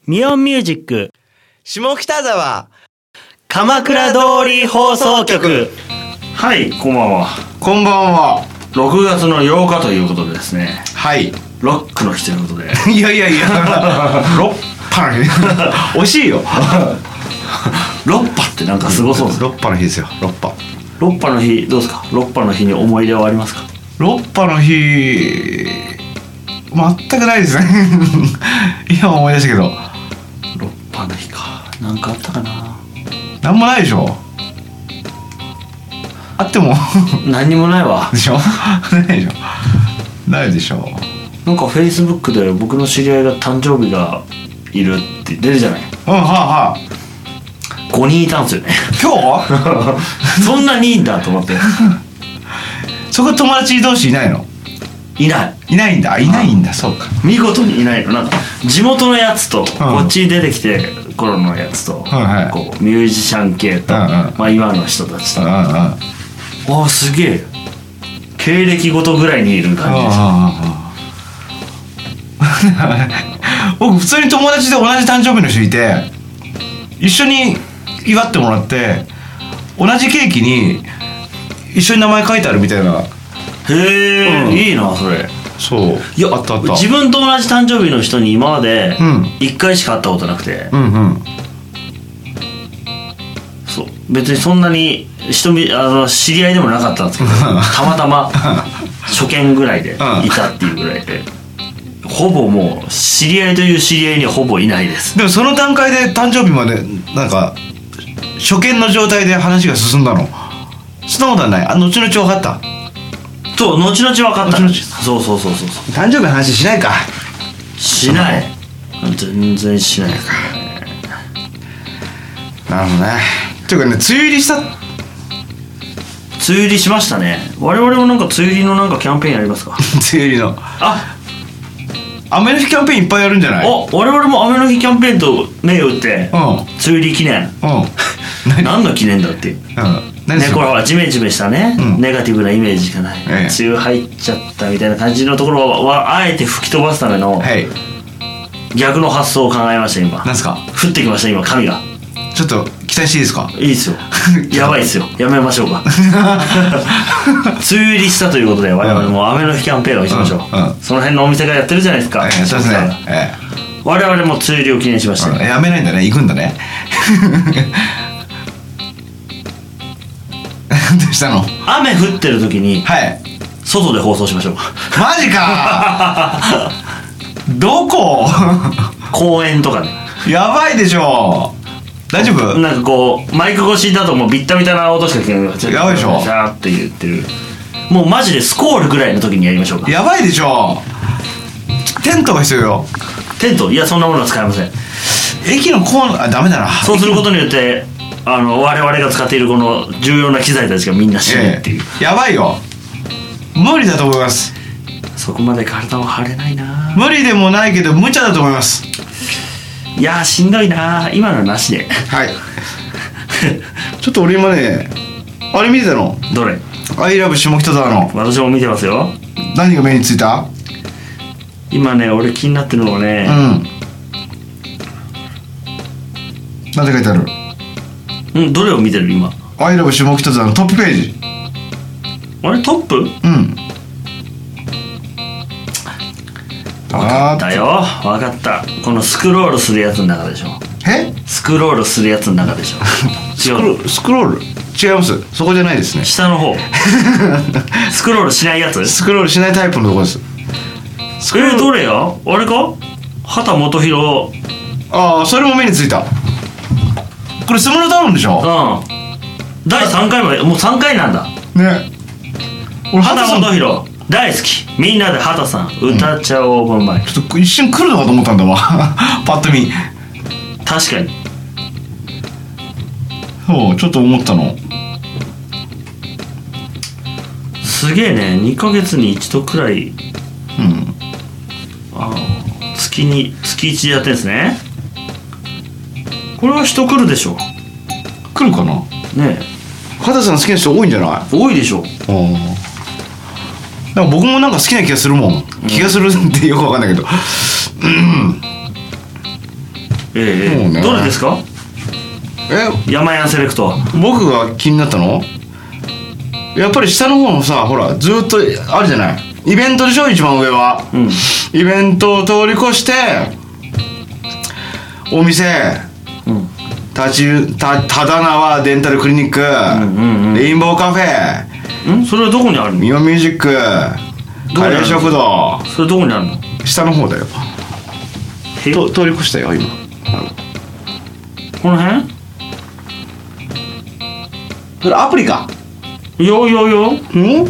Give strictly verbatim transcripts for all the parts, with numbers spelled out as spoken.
ミオンミュージック下北沢鎌倉通り放送局。 はい、こんばんは。 こんばんは。 ろくがつのようかということでですね、 はいロックの日ということでいやいやいやロッパの日惜しいよロッパってなんかすごそうです。 ロッパの日ですよ。ロッパロッパの日どうですか？ロッパの日に思い出はありますか？ ロッパの日全くないですね今思い出したけど。 ロッパの日か、なんかあったかな。 なんもないでしょ。あっても何にもないわでしょないでしょないでしょ。 なんかフェイスブックで僕の知り合いが誕生日がいるって出るじゃない。 うん、はあはあ。 ごにんいたんですよね今日そんなにいいんだと思ってそこ友達同士いないの？ いないいないんだ。いないんだ。そうか。 見事にいないの。なんか地元のやつと、 んこっちに出てきて頃のやつと、 はいはいこうミュージシャン系と、 うんうんまあ、今の人たちと、 うんうんうん。 ああすげえ経歴ごとぐらいにいる感じです。 僕普通に友達で同じ誕生日の人いて、一緒に祝ってもらって同じケーキに一緒に名前書いてあるみたいな。 へえ、 うんいいなそれ。 そういやあったあった。 自分と同じ誕生日の人に今までうんいっかいしか会ったことなくて、 うんうん。 そう別にそんなに人見あの知り合いでもなかったんですけどたまたま初見ぐらいでいたっていうぐらいで、ほぼもう知り合いという知り合いにはほぼいないです。 でもその段階で誕生日までなんか初見の状態で話が進んだの？そんなことはない？あ、後々分かった？ そう後々分かったんです。 後そうそうそうそうそう。 誕生日の話しないか。 しない。全然しないですね。 なるほどね。っていうかね、梅雨入りした。 梅雨入りしましたね。我々もなんか梅雨入りのなんかキャンペーンやりますか？ 梅雨入りのあ、 雨の日キャンペーンいっぱいやるんじゃない？ お、我々も雨の日キャンペーンと銘打って、 うん梅雨入り記念。 うん何の記念だっていう。 うん何ね、 それ？ これはジメジメしたね、 うんネガティブなイメージしかない、 ええ梅雨入っちゃったみたいな感じのところはあえて吹き飛ばすためのはい。 逆の発想を考えました今。 なんすか？ 降ってきました今神が。 ちょっと期待していいですか？ いいですよやばいですよ、やめましょうか梅雨入りしたということで我々も雨の日キャンペーンをしましょう、 うんうんその辺のお店がやってるじゃないですか、 ええ、そうですね。え我々も梅雨入りを記念しましたよ、 え、やめないんだね。行くんだねどうしたの？ 雨降ってる時にはい。 外で放送しましょうマジかどこ公園とかでやばいでしょ。大丈夫？ なんかこうマイク越しだともうビッタビタな音しか聞こえない。 やばいでしょシャーって言ってる。もうマジでスコールぐらいの時にやりましょうか。 やばいでしょ。テントが必要よ。 テント、いやそんなものは使いません。 駅のコーナー、あ、ダメだな。 そうすることによってあの我々が使っているこの重要な機材たちがみんな死ぬっていう、 ええ、やばいよ。無理だと思います。 そこまで体は張れないな。 無理でもないけど無茶だと思います。 いやーしんどいな。今のはなしではいちょっと俺今ね、あれ見てたの。 どれ？ アイラブ下北沢の。 私も見てますよ。 何が目についた？ 今ね俺気になってるのはね、 うん。なんて書いてある？ うん、どれを見てる今？ アイラブ下北沢のトップページ。 あれトップ？ うん。 分かったよ、分かった。このスクロールするやつの中でしょ。 え？ スクロールするやつの中でしょスクロスクロール違います。そこじゃないですね。 下の方スクロールしないやつ？ スクロールしないタイプのとこです。スクロール、 えー、どれや？あれか？畑基博。 ああ、それも目についた。これスムラタウンでしょ。 うん、だいさんかいまで、もうさんかいなんだね。俺畑基博大好き。みんなで畑さん歌っちゃおう。うん、前ちょっと一瞬来るのかと思ったんだわパッと見。 確かにそうちょっと思ったの。 すげえね。にかげつに一度くらい、 うん。 あ月に月いちでやってんですね。これは人来るでしょ。 来るかな。 ね畑さん好きな人多いんじゃない？ え多いでしょ。 うん。なんか僕もなんか好きな気がするもん、うん、気がするってよくわかんないけど、うん、 ええもうねどれですか？ え山屋セレクト。 僕が気になったのやっぱり下の方のさほらずっとあるじゃないイベントでしょ一番上は、 うんイベントを通り越してお店うん立ちたただなわデンタルクリニック、 うんうんうんレインボーカフェんそれはどこにあるの？ ミオミュージックカレー食堂それどこにあるの？ 下の方だよへと通り越したよ今この辺？ それアプリかよよよん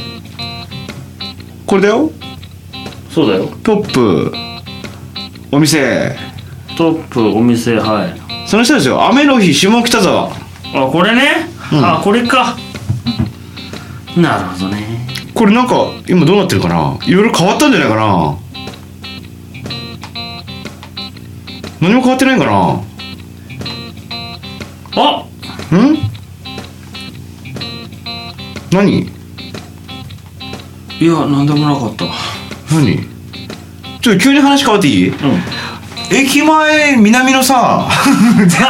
これだよそうだよ。 トップお店トップお店はいその人ですよ雨の日下北沢あこれね、 うんあこれかなるほどね。 これなんか今どうなってるかないろいろ変わったんじゃないかな何も変わってないかなあん何いやなんでもなかった。 何ちょっと急に話変わっていいうん駅前南のさ全然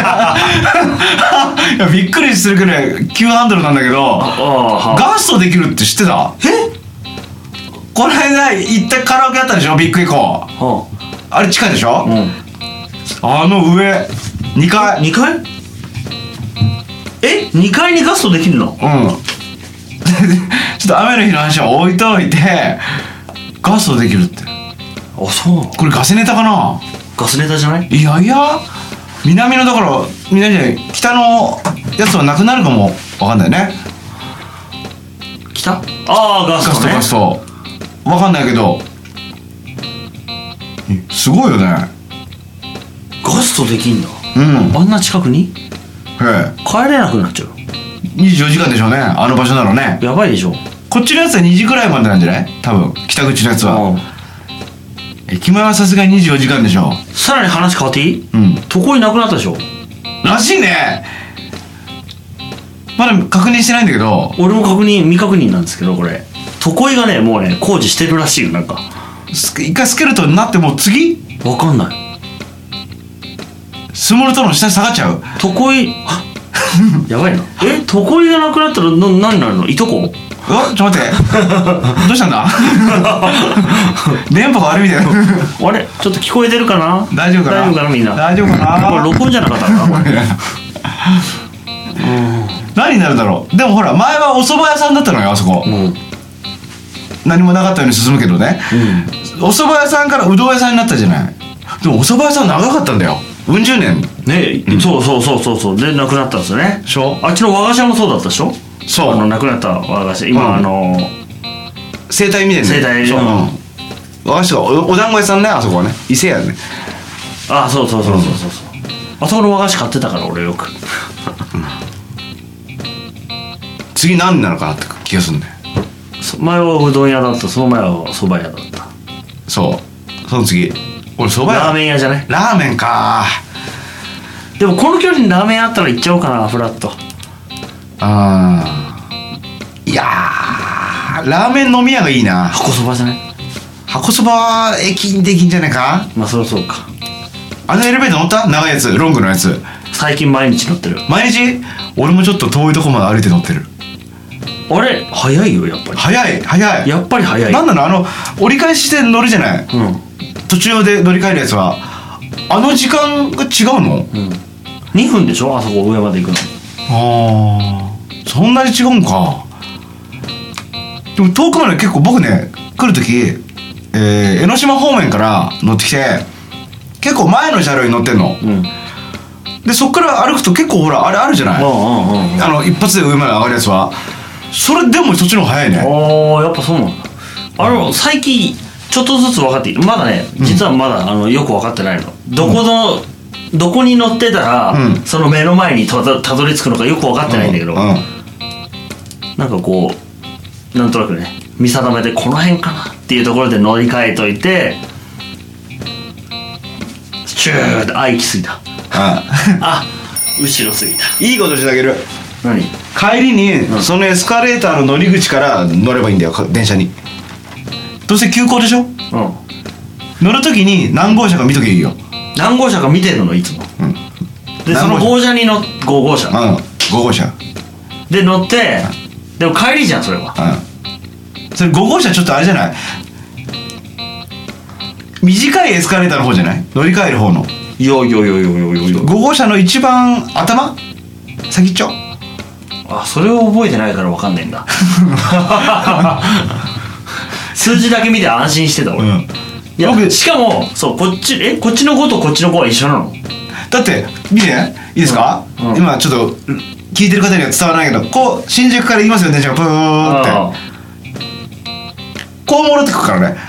いやびっくりするくらい急ハンドルなんだけどああガストできるって知ってた？えこの間行ったカラオケあったでしょビッグエコーはあれ近いでしょ、 うんあの上にかいにかいえにかいにガストできるの？ うんちょっと雨の日の話は置いといてガストできるってあそうこれガセネタかな？ ガスネタじゃない？ いやいや南のだから南じゃない北のやつはなくなるかもわかんないね北ああガガスストねトガストわかんないけどすごいよねガストできんだ。 うんあんな近くにへ帰れなくなっちゃう。 えにじゅうよじかんでしょうねあの場所なのねやばいでしょ。 こっちのやつはにじくらいまでなんじゃない多分北口のやつはうん駅前はさすがににじゅうよじかんでしょさらに話変わっていい？ うん床いなくなったでしょ。 らしいねまだ確認してないんだけど俺も確認未確認なんですけどこれ床井がねもうね工事してるらしいよ。なんかス一回スケルトンになってもう次わかんない。 スモールトロの下に下がっちゃう床井あやばいな。え床井がなくなったらな何になるの？いとこ？ うわちょっと待ってどうしたんだ電波が悪いみたいなあれちょっと聞こえてるかな？ 大丈夫かな大丈夫かなみんな。 大丈夫かなこれ録音じゃなかったのかこれ何になるだろうでもほら前はお蕎麦屋さんだったのよあそこ、 うんうん何もなかったように進むけどね、お蕎麦屋さんからうどん屋さんになったじゃないでもお蕎麦屋さん長かったんだようん十年ね、うん、そうそうそうそうそうでなくなったんですよね。 しょあっちの和菓子屋もそうだったでしょ。 そうあのなくなった和菓子今、 うんあの生態見てんね生態そう、 うんうん和菓子が お, お団子屋さんねあそこはね伊勢屋ねあそうそうそうそうそうそうあそこの和菓子買ってたから俺よく次何になるかなって気がするんだよそ前はうどん屋だったその前は蕎麦屋だったそうその次俺蕎麦屋ラーメン屋じゃない。 ラーメンかでもこの距離にラーメンあったら行っちゃおうかなフラッと。 あーいやーラーメン飲み屋がいいな箱そばじゃない。 箱そばは駅にできんじゃないかまあそりゃそうか。 あのエレベーター乗った長いやつロングのやつ最近毎日乗ってる。 毎日俺もちょっと遠いとこまで歩いて乗ってるあれ早いよやっぱり。 早い早いやっぱり早い。 なんなのあの折り返しで乗るじゃないうん途中で乗り換えるやつはあの時間が違うのうんにふんでしょあそこ上まで行くの。 あーそんなに違うんかでも遠くまで結構僕ね来る時、えー江ノ島方面から乗ってきて結構前の車両に乗ってんのうんでそっから歩くと結構ほらあれあるじゃない、 うんうんうんあの一発で上まで上がるやつはそれでもそっちの方が早いねああやっぱそうなんだ。あの最近ちょっとずつ分かっているまだね実はまだ、あのよく分かってないのどこの、うん、どこに乗ってたら、うん、その目の前にたどたどり着くのかよく分かってないんだけど、うんうん、なんかこうなんとなくね見定めてこの辺かなっていうところで乗り換えといてシューってあ行き過ぎたああ後ろ過ぎたいいことしてあげる何帰りに、うん、そのエスカレーターの乗り口から乗ればいいんだよ電車にどうせ急行でしょ、うん、乗るときに何号車か見とけばいいよ何号車か見てるのいつも、 うん、 でその号車に乗っご号車、 うん、ご号車で乗って、でも帰りじゃんそれは、 うん、それご号車ちょっとあれじゃない、短いエスカレーターの方じゃない、乗り換える方の。 いやいやいやいやいやいや、 ご号車の一番頭先っちょ。 あ、それを覚えてないから分かんないんだ数字だけ見て安心してた俺、うん、いやしかもそうこっちえこっちのごとこっちのごは一緒なの。 だって見ていいですか、うんうん、今ちょっと聞いてる方には伝わらないけど、こう新宿から行きますよ電車がプーってこう戻ってくからね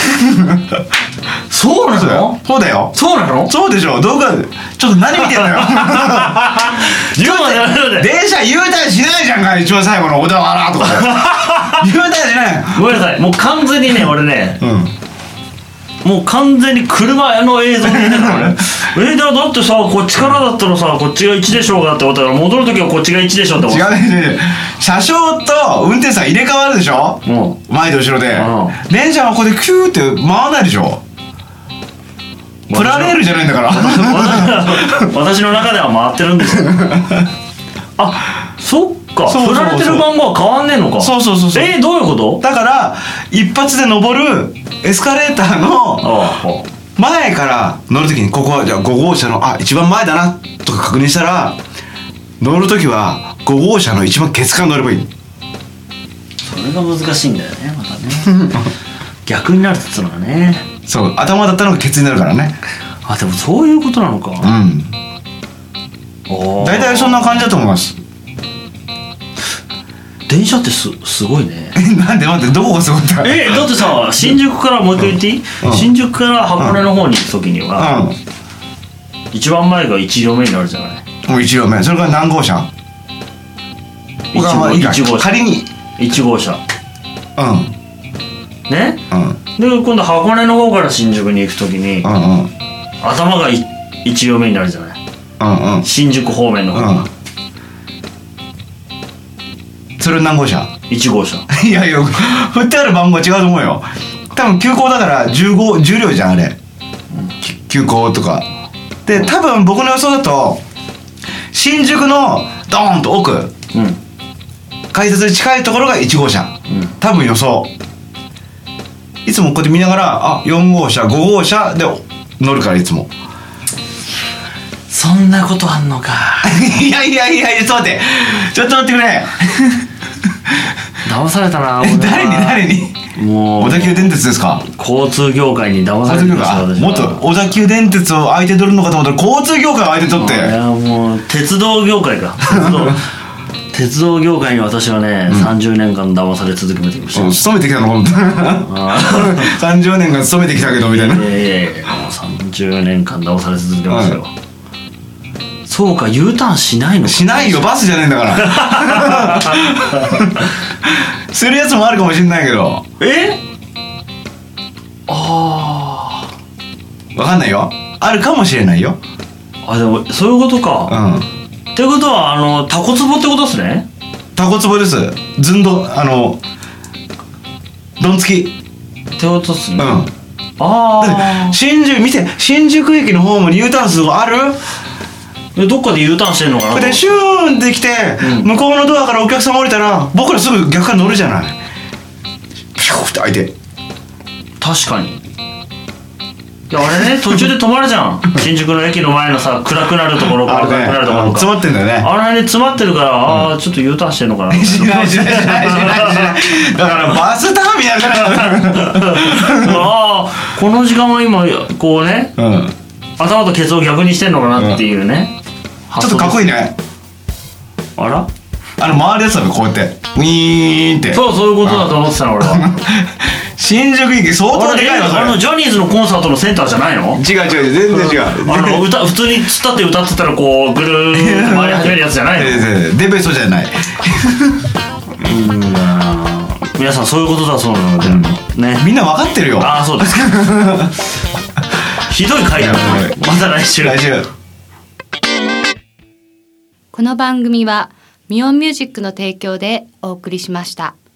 そうなの？ そうだよ。 そうなの？ そうでしょ。動画ちょっと何見てんのよちょっと電車 U ターンしないじゃんか、一番最後の小田原とか U ターンしない。 ごめんなさい、もう完全にね俺ね、うん、もう完全に車の映像で見てたからねえー、だってさこっちからだったらさこっちがいちでしょうがって思ったから、戻るときはこっちがいちでしょって思った。 違うね、車掌と運転手さん入れ替わるでしょ、うん、前と後ろで、うん、電車はここでキューって回らないでしょ。プラレールじゃないんだから私の中では回ってるんですよあ、そっか、振られてる番号は変わんねえのか。 そうそうそうそう。 えー、どういうこと？ だから一発で登るエスカレーターの前から乗るときに、ここはじゃあご号車のあ一番前だなとか確認したら、乗るときはご号車の一番ケツから乗ればいい。 それが難しいんだよねまたね逆になるっつうのがね。 そう、頭だったのがケツになるからね。 あ、でもそういうことなのか。うん。 大体そんな感じだと思います。 電車ってすすごいねなんで待って、どこがすごいんだ。 えだってさ、新宿からもう一回言っていい、うん、新宿から箱根の方に行く時には、うん、一番前がいち両目になるじゃない。 もういち両目。それから何号車？ いち号車。 仮にいち号車。 うんね、うん、で今度箱根の方から新宿に行くときに、うんうん、頭がい一両目になるじゃない、うんうん、新宿方面の方が、うん、 それ何号車？ いち号車いやいや振ってある番号違うと思うよ。多分急行だからじゅうご、じゅう両じゃんあれ、うん、急行とかで、多分僕の予想だと新宿のドーンと奥、うん、改札に近いところがいち号車、うん、多分予想。いつもこうやって見ながら、あ、よん号車ご号車で乗るから、いつも。 そんなことあんのかいやいやいやいや、ちょっと待ってちょっと待ってくれ騙されたな誰に誰に。もう小田急電鉄ですか。 交通業界に騙されてました。 もっと小田急電鉄を相手取るのかと思ったら交通業界を相手取って。いやもう鉄道業界か鉄道鉄道業界に私はね、うん、さんじゅうねんかん騙され続けてきました。 勤めてきたの本当さんじゅうねんかん勤めてきたけどみたいな。いやいやいやもうさんじゅうねんかん騙され続けましたよ、うん、そうか U ターンしないのか。 しないよ、バスじゃねえんだからするやつもあるかもしれないけど。 えああ分かんないよ、あるかもしれないよ。 あでもそういうことか。うんってことはあのタコツボってことですね。 タコツボです。ずんどあのどんつきってことですね。うん。ああ。新宿見て、新宿駅のホームに U ターンするのある？ えどっかで U ターンしてんのかな。 でシューンって来て、うん、向こうのドアからお客さん降りたら僕らすぐ逆から乗るじゃない。ピューって開いて。 確かに。いやあれね途中で止まるじゃん新宿の駅の前のさ暗くなるところから暗くなるところか詰まってんだよね。 あれね詰まってるから、うん、ああちょっと U ターンしてんのかなしないしないしないしないしないだからバスターミナルからああこの時間は今こうね、うん、頭とケツを逆にしてんのかなっていうね、 うん、ちょっとかっこいいね。 あらあの回るやつだべこうやってウィーンって。 そうそういうことだと思ってたの俺は新宿駅相当でかいわ。 あのジャニーズのコンサートのセンターじゃないの？ 違う違う全然違う。 あの歌普通につったって歌ってたらこうぐるーって回り始めるやつじゃないの？ デベソじゃないうん皆さんそういうことだそうなので、うん、ねみんな分かってるよ。 ああそうですひどい回だな。また来週来週。 この番組はミオンミュージックの提供でお送りしました。